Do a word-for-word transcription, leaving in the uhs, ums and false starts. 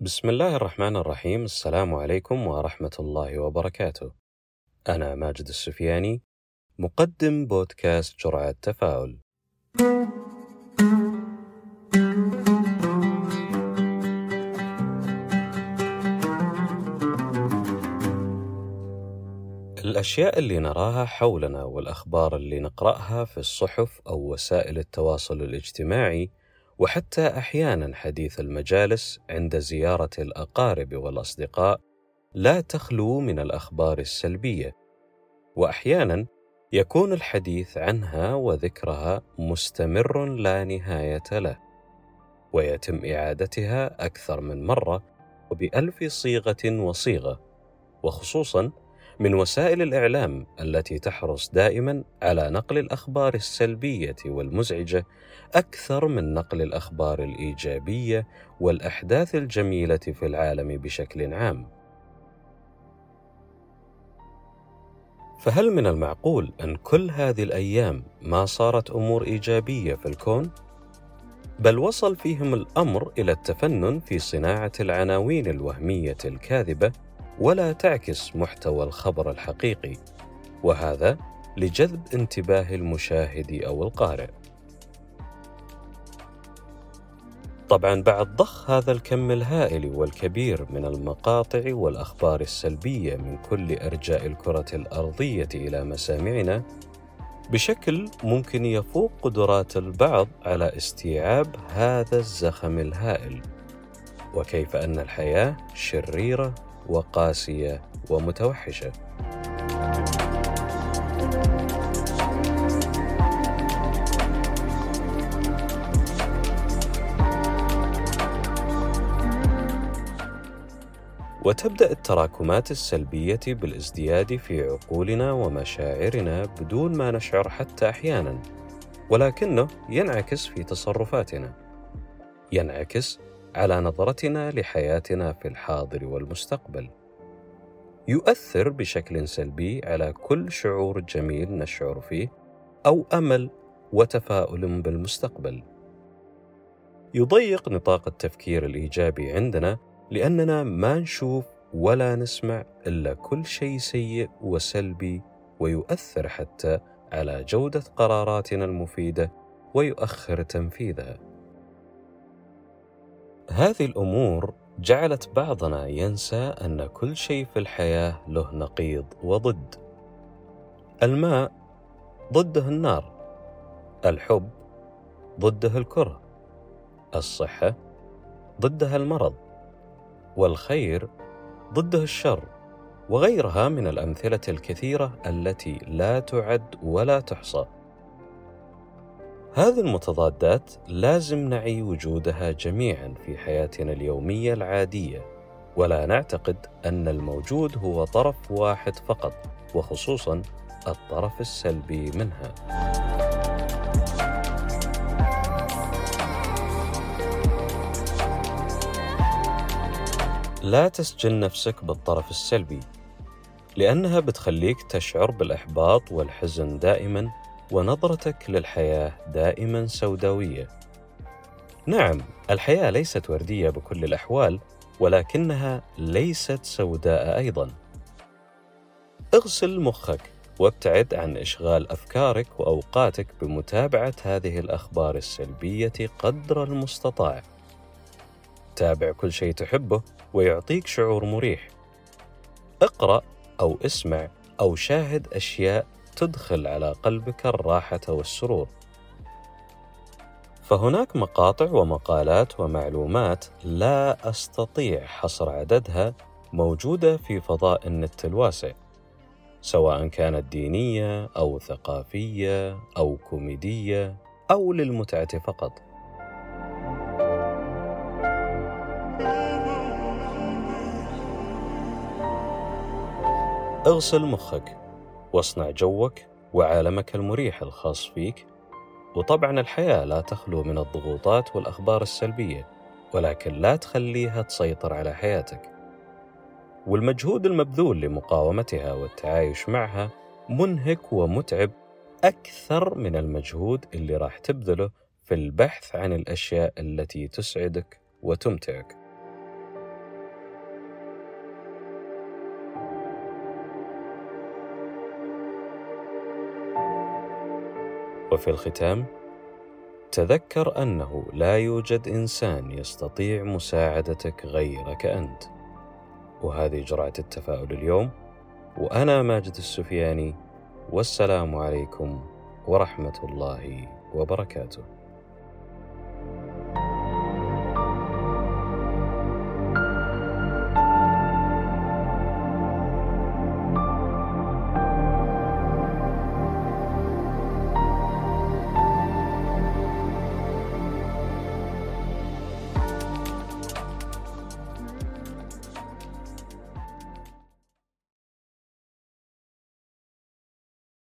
بسم الله الرحمن الرحيم. السلام عليكم ورحمة الله وبركاته. أنا ماجد السفياني، مقدم بودكاست جرعة تفاؤل. الأشياء اللي نراها حولنا والأخبار اللي نقرأها في الصحف أو وسائل التواصل الاجتماعي، وحتى أحيانا حديث المجالس عند زيارة الأقارب والأصدقاء، لا تخلو من الأخبار السلبية، وأحيانا يكون الحديث عنها وذكرها مستمر لا نهاية له، ويتم إعادتها أكثر من مرة وبألف صيغة وصيغة، وخصوصا من وسائل الإعلام التي تحرص دائما على نقل الأخبار السلبية والمزعجة أكثر من نقل الأخبار الإيجابية والأحداث الجميلة في العالم بشكل عام. فهل من المعقول أن كل هذه الأيام ما صارت أمور إيجابية في الكون؟ بل وصل فيهم الأمر إلى التفنن في صناعة العناوين الوهمية الكاذبة ولا تعكس محتوى الخبر الحقيقي، وهذا لجذب انتباه المشاهد أو القارئ. طبعا بعد ضخ هذا الكم الهائل والكبير من المقاطع والأخبار السلبية من كل أرجاء الكرة الأرضية إلى مسامعنا بشكل ممكن يفوق قدرات البعض على استيعاب هذا الزخم الهائل، وكيف أن الحياة شريرة وقاسية ومتوحشة. وتبدأ التراكمات السلبية بالازدياد في عقولنا ومشاعرنا بدون ما نشعر حتى أحيانا، ولكنه ينعكس في تصرفاتنا، ينعكس على نظرتنا لحياتنا في الحاضر والمستقبل، يؤثر بشكل سلبي على كل شعور جميل نشعر فيه أو أمل وتفاؤل بالمستقبل. يضيق نطاق التفكير الإيجابي عندنا لأننا ما نشوف ولا نسمع إلا كل شيء سيء وسلبي، ويؤثر حتى على جودة قراراتنا المفيدة ويؤخر تنفيذها. هذه الأمور جعلت بعضنا ينسى أن كل شيء في الحياة له نقيض وضد. الماء ضده النار، الحب ضده الكره، الصحة ضدها المرض، والخير ضده الشر، وغيرها من الأمثلة الكثيرة التي لا تعد ولا تحصى. هذه المتضادات لازم نعي وجودها جميعا في حياتنا اليومية العادية، ولا نعتقد أن الموجود هو طرف واحد فقط، وخصوصا الطرف السلبي منها. لا تسجن نفسك بالطرف السلبي، لأنها بتخليك تشعر بالإحباط والحزن دائما، ونظرتك للحياة دائما سوداوية. نعم، الحياة ليست وردية بكل الأحوال، ولكنها ليست سوداء أيضا. اغسل مخك وابتعد عن إشغال أفكارك وأوقاتك بمتابعة هذه الأخبار السلبية قدر المستطاع. تابع كل شيء تحبه ويعطيك شعور مريح. اقرأ أو اسمع أو شاهد أشياء تدخل على قلبك الراحة والسرور. فهناك مقاطع ومقالات ومعلومات لا أستطيع حصر عددها موجودة في فضاء النت الواسع، سواء كانت دينية أو ثقافية أو كوميدية أو للمتعة فقط. اغسل مخك واصنع جوك وعالمك المريح الخاص فيك. وطبعا الحياة لا تخلو من الضغوطات والأخبار السلبية، ولكن لا تخليها تسيطر على حياتك. والمجهود المبذول لمقاومتها والتعايش معها منهك ومتعب أكثر من المجهود اللي راح تبذله في البحث عن الأشياء التي تسعدك وتمتعك. وفي الختام، تذكر أنه لا يوجد إنسان يستطيع مساعدتك غيرك أنت. وهذه جرعة التفاؤل اليوم، وأنا ماجد السفياني، والسلام عليكم ورحمة الله وبركاته.